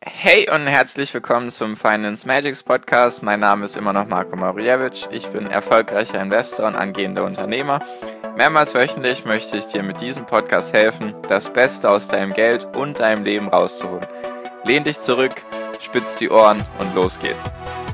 Hey und herzlich willkommen zum Finance Magics Podcast. Mein Name ist immer noch Marco Marijevic. Ich bin erfolgreicher Investor und angehender Unternehmer. Mehrmals wöchentlich möchte ich dir mit diesem Podcast helfen, das Beste aus deinem Geld und deinem Leben rauszuholen. Lehn dich zurück, spitz die Ohren und los geht's.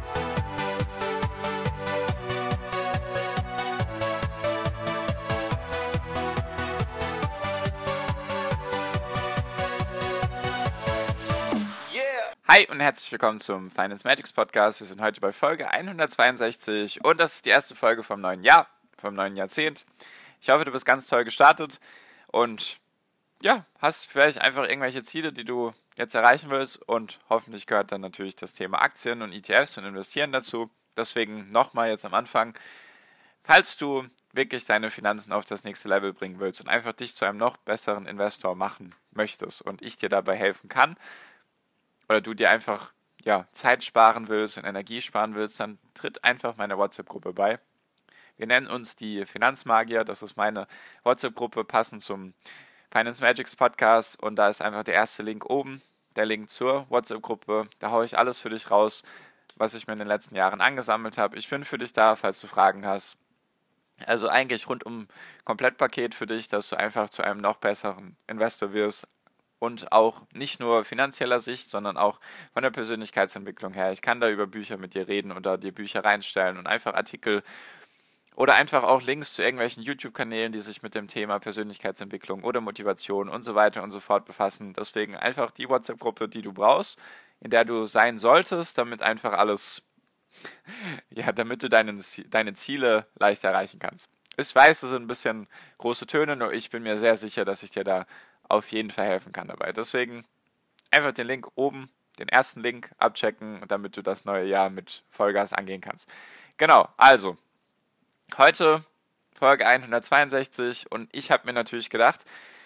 Hi und herzlich willkommen zum Finance Magics Podcast. Wir sind heute bei Folge 162 und das ist die erste Folge vom neuen Jahr, vom neuen Jahrzehnt. Ich hoffe, du bist ganz toll gestartet und ja, hast vielleicht einfach irgendwelche Ziele, die du jetzt erreichen willst, und hoffentlich gehört dann natürlich das Thema Aktien und ETFs und Investieren dazu. Deswegen nochmal jetzt am Anfang, falls du wirklich deine Finanzen auf das nächste Level bringen willst und einfach dich zu einem noch besseren Investor machen möchtest und ich dir dabei helfen kann, oder du dir einfach Zeit sparen willst und Energie sparen willst, dann tritt einfach meiner WhatsApp-Gruppe bei. Wir nennen uns die Finanzmagier, das ist meine WhatsApp-Gruppe, passend zum Finance Magics Podcast, und da ist einfach der erste Link oben, der Link zur WhatsApp-Gruppe. Da haue ich alles für dich raus, was ich mir in den letzten Jahren angesammelt habe. Ich bin für dich da, falls du Fragen hast. Also eigentlich rundum Komplettpaket für dich, dass du einfach zu einem noch besseren Investor wirst, und auch nicht nur finanzieller Sicht, sondern auch von der Persönlichkeitsentwicklung her. Ich kann da über Bücher mit dir reden oder dir Bücher reinstellen und einfach Artikel oder einfach auch Links zu irgendwelchen YouTube-Kanälen, die sich mit dem Thema Persönlichkeitsentwicklung oder Motivation und so weiter und so fort befassen. Deswegen einfach die WhatsApp-Gruppe, die du brauchst, in der du sein solltest, damit einfach alles, damit du deine Ziele leicht erreichen kannst. Ich weiß, es sind ein bisschen große Töne, nur ich bin mir sehr sicher, dass ich dir da auf jeden Fall helfen kann dabei. Deswegen einfach den Link oben, den ersten Link abchecken, damit du das neue Jahr mit Vollgas angehen kannst. Genau, also heute Folge 162, und ich habe mir natürlich gedacht,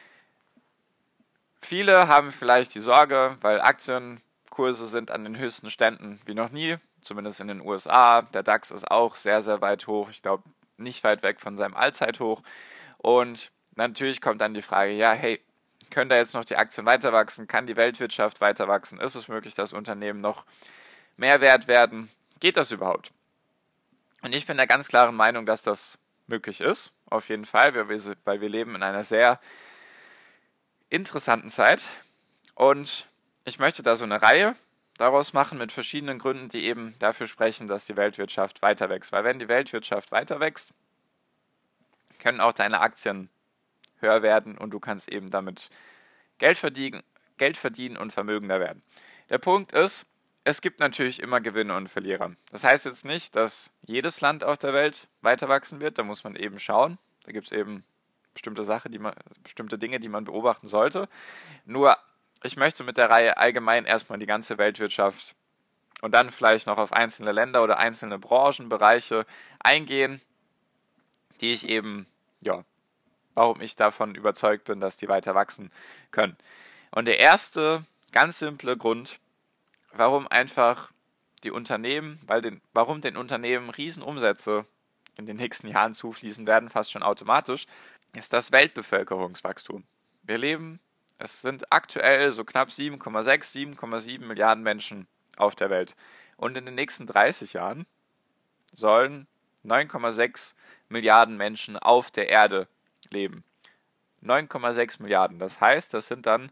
viele haben vielleicht die Sorge, weil Aktienkurse sind an den höchsten Ständen wie noch nie, zumindest in den USA. Der DAX ist auch sehr, sehr weit hoch. Ich glaube, nicht weit weg von seinem Allzeithoch. Und natürlich kommt dann die Frage, ja, hey, können da jetzt noch die Aktien weiter wachsen? Kann die Weltwirtschaft weiter wachsen? Ist es möglich, dass Unternehmen noch mehr wert werden? Geht das überhaupt? Und ich bin der ganz klaren Meinung, dass das möglich ist, auf jeden Fall, weil wir leben in einer sehr interessanten Zeit. Und ich möchte da so eine Reihe daraus machen mit verschiedenen Gründen, die eben dafür sprechen, dass die Weltwirtschaft weiter wächst. Weil wenn die Weltwirtschaft weiter wächst, können auch deine Aktien höher werden und du kannst eben damit Geld verdienen und vermögender werden. Der Punkt ist, es gibt natürlich immer Gewinner und Verlierer. Das heißt jetzt nicht, dass jedes Land auf der Welt weiter wachsen wird. Da muss man eben schauen. Da gibt es eben bestimmte Dinge, die man beobachten sollte. Nur, ich möchte mit der Reihe allgemein erstmal die ganze Weltwirtschaft und dann vielleicht noch auf einzelne Länder oder einzelne Branchenbereiche eingehen, die ich eben, warum ich davon überzeugt bin, dass die weiter wachsen können. Und der erste ganz simple Grund, warum einfach die Unternehmen, warum den Unternehmen Riesenumsätze in den nächsten Jahren zufließen werden, fast schon automatisch, ist das Weltbevölkerungswachstum. Es sind aktuell so knapp 7,6, 7,7 Milliarden Menschen auf der Welt. Und in den nächsten 30 Jahren sollen 9,6 Milliarden Menschen auf der Erde leben. 9,6 Milliarden. Das heißt, das sind dann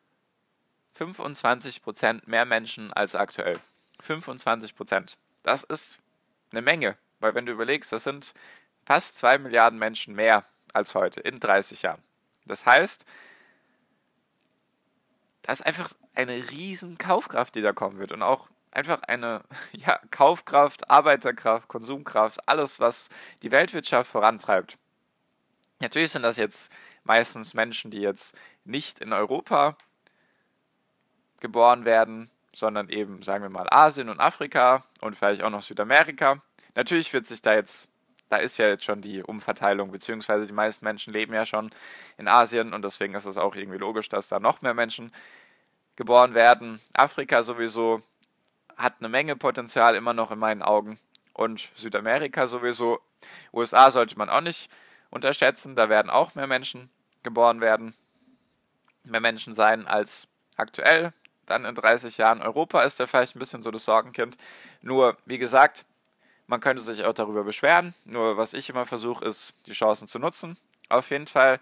25% mehr Menschen als aktuell. 25%. Das ist eine Menge, weil wenn du überlegst, das sind fast 2 Milliarden Menschen mehr als heute in 30 Jahren. Das heißt, das ist einfach eine riesen Kaufkraft, die da kommen wird, und auch einfach eine Kaufkraft, Arbeiterkraft, Konsumkraft, alles, was die Weltwirtschaft vorantreibt. Natürlich sind das jetzt meistens Menschen, die jetzt nicht in Europa geboren werden, sondern eben, sagen wir mal, Asien und Afrika und vielleicht auch noch Südamerika. Natürlich wird sich da ist ja jetzt schon die Umverteilung, beziehungsweise die meisten Menschen leben ja schon in Asien, und deswegen ist es auch irgendwie logisch, dass da noch mehr Menschen geboren werden. Afrika sowieso hat eine Menge Potenzial immer noch in meinen Augen, und Südamerika sowieso. USA sollte man auch nicht unterschätzen, da werden auch mehr Menschen geboren werden, mehr Menschen sein als aktuell. dann in 30 Jahren. Europa ist da vielleicht ein bisschen so das Sorgenkind. Nur, wie gesagt, man könnte sich auch darüber beschweren. Nur, was ich immer versuche, ist, die Chancen zu nutzen. Auf jeden Fall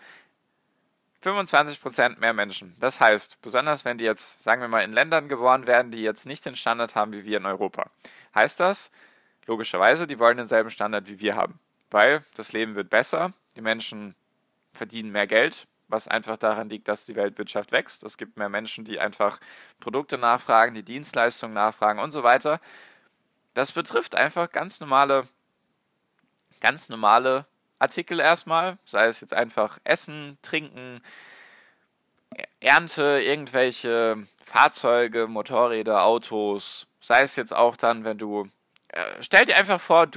25% mehr Menschen. Das heißt, besonders wenn die jetzt, sagen wir mal, in Ländern geboren werden, die jetzt nicht den Standard haben wie wir in Europa, heißt das, logischerweise, die wollen denselben Standard wie wir haben. Weil das Leben wird besser, die Menschen verdienen mehr Geld, was einfach daran liegt, dass die Weltwirtschaft wächst. Es gibt mehr Menschen, die einfach Produkte nachfragen, die Dienstleistungen nachfragen und so weiter. Das betrifft einfach ganz normale Artikel erstmal, sei es jetzt einfach Essen, Trinken, Ernte, irgendwelche Fahrzeuge, Motorräder, Autos, sei es jetzt auch dann, wenn du, stell dir einfach vor,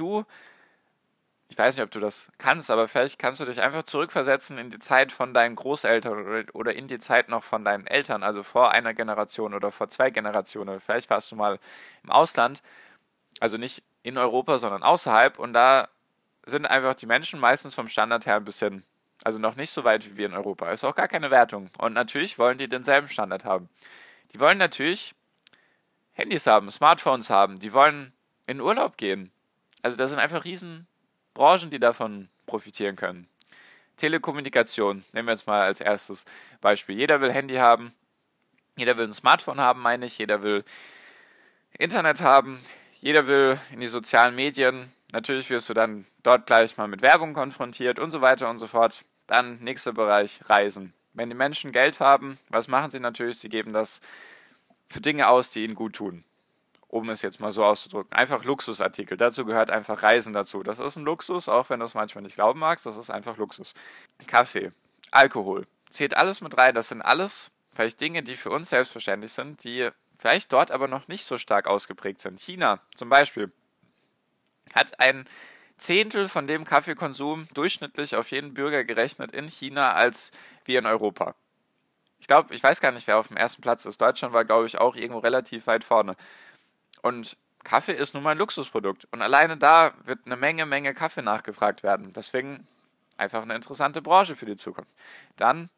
ich weiß nicht, ob du das kannst, aber vielleicht kannst du dich einfach zurückversetzen in die Zeit von deinen Großeltern oder in die Zeit noch von deinen Eltern, also vor einer Generation oder vor 2 Generationen. Vielleicht warst du mal im Ausland, also nicht in Europa, sondern außerhalb, und da sind einfach die Menschen meistens vom Standard her ein bisschen, also noch nicht so weit wie wir in Europa. Ist auch gar keine Wertung. Und natürlich wollen die denselben Standard haben. Die wollen natürlich Handys haben, Smartphones haben, die wollen in Urlaub gehen. Also das sind einfach riesen Branchen, die davon profitieren können. Telekommunikation, nehmen wir jetzt mal als erstes Beispiel. Jeder will Handy haben, jeder will ein Smartphone haben, meine ich, jeder will Internet haben, jeder will in die sozialen Medien. Natürlich wirst du dann dort gleich mal mit Werbung konfrontiert und so weiter und so fort. Dann nächster Bereich, Reisen. Wenn die Menschen Geld haben, was machen sie natürlich? Sie geben das für Dinge aus, die ihnen gut tun. Um es jetzt mal so auszudrücken. Einfach Luxusartikel. Dazu gehört einfach Reisen dazu. Das ist ein Luxus, auch wenn du es manchmal nicht glauben magst. Das ist einfach Luxus. Kaffee, Alkohol. Zählt alles mit rein. Das sind alles vielleicht Dinge, die für uns selbstverständlich sind, die vielleicht dort aber noch nicht so stark ausgeprägt sind. China zum Beispiel hat ein Zehntel von dem Kaffeekonsum durchschnittlich auf jeden Bürger gerechnet in China als wir in Europa. Ich weiß gar nicht, wer auf dem ersten Platz ist. Deutschland war, glaube ich, auch irgendwo relativ weit vorne. Und Kaffee ist nun mal ein Luxusprodukt. Und alleine da wird eine Menge Kaffee nachgefragt werden. Deswegen einfach eine interessante Branche für die Zukunft. Dann,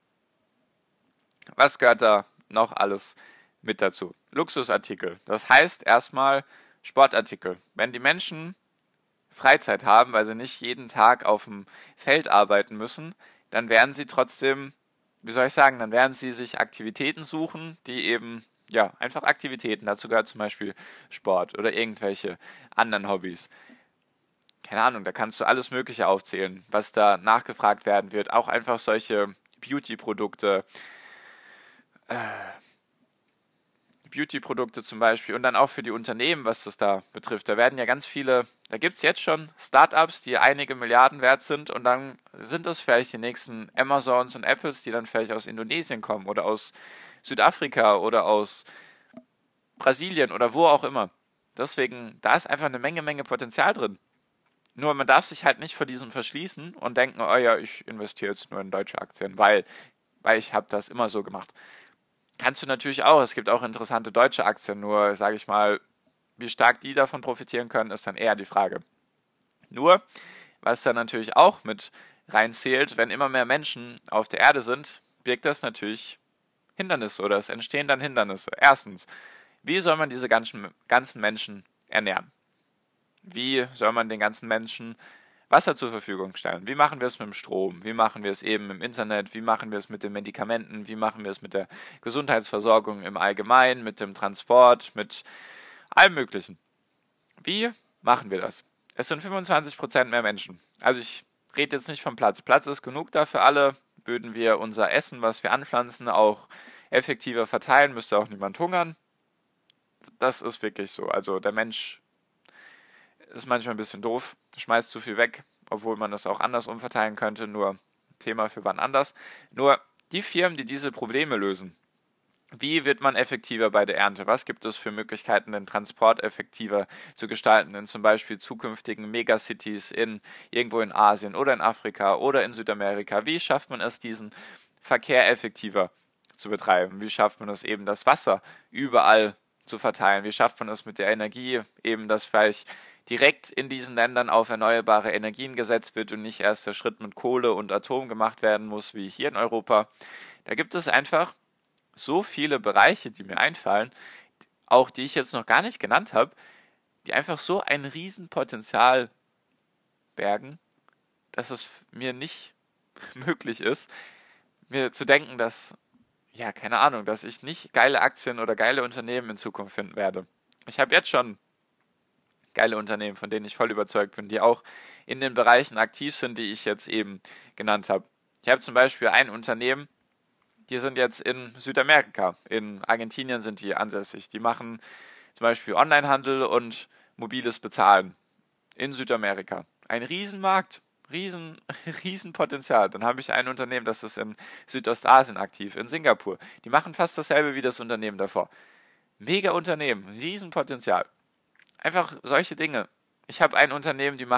was gehört da noch alles mit dazu? Luxusartikel. Das heißt erstmal Sportartikel. Wenn die Menschen Freizeit haben, weil sie nicht jeden Tag auf dem Feld arbeiten müssen, dann werden sie trotzdem, wie soll ich sagen, dann werden sie sich Aktivitäten suchen, die eben, ja, einfach Aktivitäten, dazu gehört zum Beispiel Sport oder irgendwelche anderen Hobbys. Keine Ahnung, da kannst du alles Mögliche aufzählen, was da nachgefragt werden wird. Auch einfach solche Beauty-Produkte zum Beispiel und dann auch für die Unternehmen, was das da betrifft. Da werden ja ganz viele, da gibt es jetzt schon Startups, die einige Milliarden wert sind, und dann sind das vielleicht die nächsten Amazons und Apples, die dann vielleicht aus Indonesien kommen oder aus Südafrika oder aus Brasilien oder wo auch immer. Deswegen, da ist einfach eine Menge Potenzial drin. Nur man darf sich halt nicht vor diesem verschließen und denken, oh ja, ich investiere jetzt nur in deutsche Aktien, weil ich habe das immer so gemacht. Kannst du natürlich auch. Es gibt auch interessante deutsche Aktien, nur, sage ich mal, wie stark die davon profitieren können, ist dann eher die Frage. Nur, was dann natürlich auch mit reinzählt, wenn immer mehr Menschen auf der Erde sind, birgt das natürlich Hindernisse oder es entstehen dann Hindernisse. Erstens, wie soll man diese ganzen Menschen ernähren? Wie soll man den ganzen Menschen Wasser zur Verfügung stellen? Wie machen wir es mit dem Strom? Wie machen wir es eben im Internet? Wie machen wir es mit den Medikamenten? Wie machen wir es mit der Gesundheitsversorgung im Allgemeinen, mit dem Transport, mit allem Möglichen? Wie machen wir das? Es sind 25% mehr Menschen. Also ich rede jetzt nicht vom Platz. Platz ist genug da für alle. Würden wir unser Essen, was wir anpflanzen, auch effektiver verteilen, müsste auch niemand hungern. Das ist wirklich so. Also der Mensch ist manchmal ein bisschen doof, schmeißt zu viel weg, obwohl man das auch anders umverteilen könnte, nur Thema für wann anders. Nur die Firmen, die diese Probleme lösen, wie wird man effektiver bei der Ernte? Was gibt es für Möglichkeiten, den Transport effektiver zu gestalten in zum Beispiel zukünftigen Megacities irgendwo in Asien oder in Afrika oder in Südamerika? Wie schafft man es, diesen Verkehr effektiver zu betreiben? Wie schafft man es eben, das Wasser überall zu verteilen? Wie schafft man es mit der Energie eben, dass vielleicht direkt in diesen Ländern auf erneuerbare Energien gesetzt wird und nicht erst der Schritt mit Kohle und Atom gemacht werden muss, wie hier in Europa? Da gibt es einfach so viele Bereiche, die mir einfallen, auch die ich jetzt noch gar nicht genannt habe, die einfach so ein Riesenpotenzial bergen, dass es mir nicht möglich ist, mir zu denken, dass, ja, keine Ahnung, dass ich nicht geile Aktien oder geile Unternehmen in Zukunft finden werde. Ich habe jetzt schon geile Unternehmen, von denen ich voll überzeugt bin, die auch in den Bereichen aktiv sind, die ich jetzt eben genannt habe. Ich habe zum Beispiel ein Unternehmen, die sind jetzt in Südamerika, in Argentinien sind die ansässig. Die machen zum Beispiel Onlinehandel und mobiles Bezahlen in Südamerika. Ein Riesenmarkt, Riesenpotenzial. Dann habe ich ein Unternehmen, das ist in Südostasien aktiv, in Singapur. Die machen fast dasselbe wie das Unternehmen davor. Mega Unternehmen, Riesenpotenzial. Einfach solche Dinge. Ich habe ein Unternehmen, die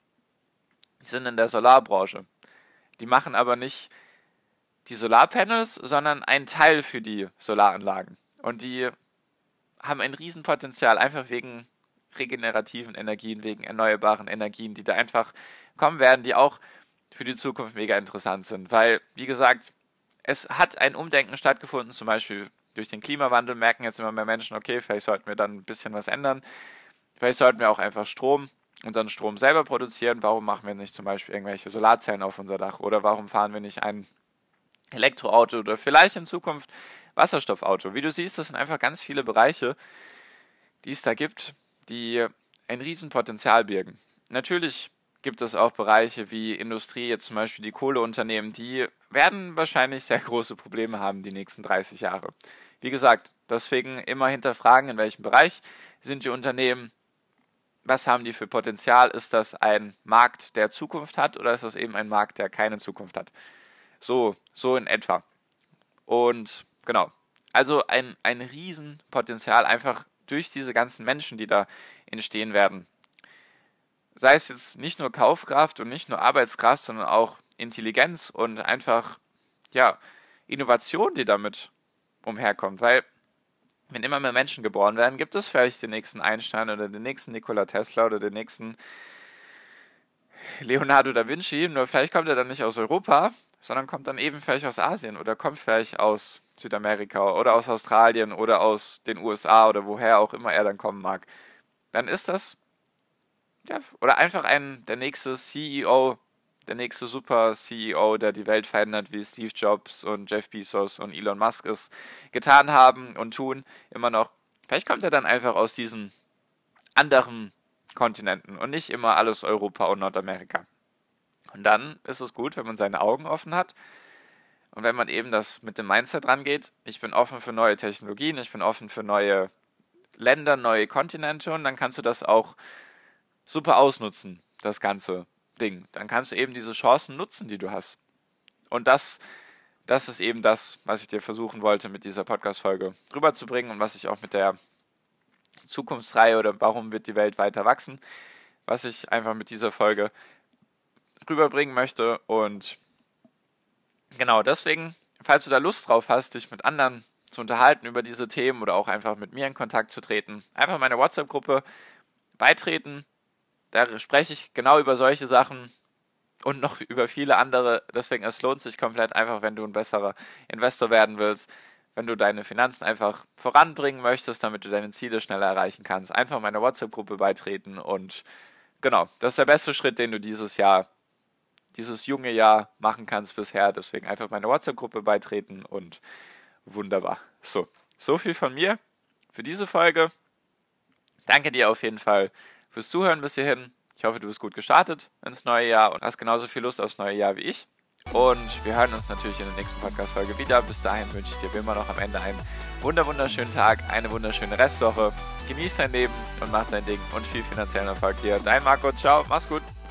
sind in der Solarbranche. Die machen aber nicht die Solarpanels, sondern einen Teil für die Solaranlagen. Und die haben ein Riesenpotenzial, einfach wegen regenerativen Energien, wegen erneuerbaren Energien, die da einfach kommen werden, die auch für die Zukunft mega interessant sind. Weil, wie gesagt, es hat ein Umdenken stattgefunden, zum Beispiel durch den Klimawandel merken jetzt immer mehr Menschen, okay, vielleicht sollten wir dann ein bisschen was ändern. Vielleicht sollten wir auch einfach unseren Strom selber produzieren. Warum machen wir nicht zum Beispiel irgendwelche Solarzellen auf unser Dach? Oder warum fahren wir nicht ein Elektroauto oder vielleicht in Zukunft Wasserstoffauto? Wie du siehst, das sind einfach ganz viele Bereiche, die es da gibt, die ein Riesenpotenzial birgen. Natürlich gibt es auch Bereiche wie Industrie, jetzt zum Beispiel die Kohleunternehmen, die werden wahrscheinlich sehr große Probleme haben die nächsten 30 Jahre. Wie gesagt, deswegen immer hinterfragen, in welchem Bereich sind die Unternehmen, was haben die für Potenzial, ist das ein Markt, der Zukunft hat oder ist das eben ein Markt, der keine Zukunft hat? So in etwa. Und genau, also ein Riesenpotenzial einfach durch diese ganzen Menschen, die da entstehen werden. Sei es jetzt nicht nur Kaufkraft und nicht nur Arbeitskraft, sondern auch Intelligenz und einfach, ja, Innovation, die damit umherkommt. Weil, wenn immer mehr Menschen geboren werden, gibt es vielleicht den nächsten Einstein oder den nächsten Nikola Tesla oder den nächsten Leonardo da Vinci. Nur vielleicht kommt er dann nicht aus Europa, sondern kommt dann eben vielleicht aus Asien oder kommt vielleicht aus Südamerika oder aus Australien oder aus den USA oder woher auch immer er dann kommen mag. Dann ist das, ja, oder einfach der nächste CEO, der nächste Super-CEO, der die Welt verändert, wie Steve Jobs und Jeff Bezos und Elon Musk es getan haben und tun, immer noch. Vielleicht kommt er dann einfach aus diesen anderen Kontinenten und nicht immer alles Europa und Nordamerika. Und dann ist es gut, wenn man seine Augen offen hat und wenn man eben das mit dem Mindset rangeht, ich bin offen für neue Technologien, ich bin offen für neue Länder, neue Kontinente und dann kannst du das auch super ausnutzen, das ganze Ding. Dann kannst du eben diese Chancen nutzen, die du hast. Und das ist eben das, was ich dir versuchen wollte, mit dieser Podcast-Folge rüberzubringen und was ich auch mit der Zukunftsreihe oder warum wird die Welt weiter wachsen, was ich einfach mit dieser Folge rüberbringen möchte. Und genau deswegen, falls du da Lust drauf hast, dich mit anderen zu unterhalten über diese Themen oder auch einfach mit mir in Kontakt zu treten, einfach meine WhatsApp-Gruppe beitreten. Da spreche ich genau über solche Sachen und noch über viele andere. Deswegen, es lohnt sich komplett einfach, wenn du ein besserer Investor werden willst, wenn du deine Finanzen einfach voranbringen möchtest, damit du deine Ziele schneller erreichen kannst. Einfach meiner WhatsApp-Gruppe beitreten und genau, das ist der beste Schritt, den du dieses junge Jahr machen kannst bisher. Deswegen einfach meiner WhatsApp-Gruppe beitreten und wunderbar. So viel von mir für diese Folge. Danke dir auf jeden Fall fürs Zuhören bis hierhin. Ich hoffe, du bist gut gestartet ins neue Jahr und hast genauso viel Lust aufs neue Jahr wie ich. Und wir hören uns natürlich in der nächsten Podcast-Folge wieder. Bis dahin wünsche ich dir wie immer noch am Ende einen wunderschönen Tag, eine wunderschöne Restwoche. Genieß dein Leben und mach dein Ding und viel finanziellen Erfolg dir. Dein Marco, ciao, mach's gut.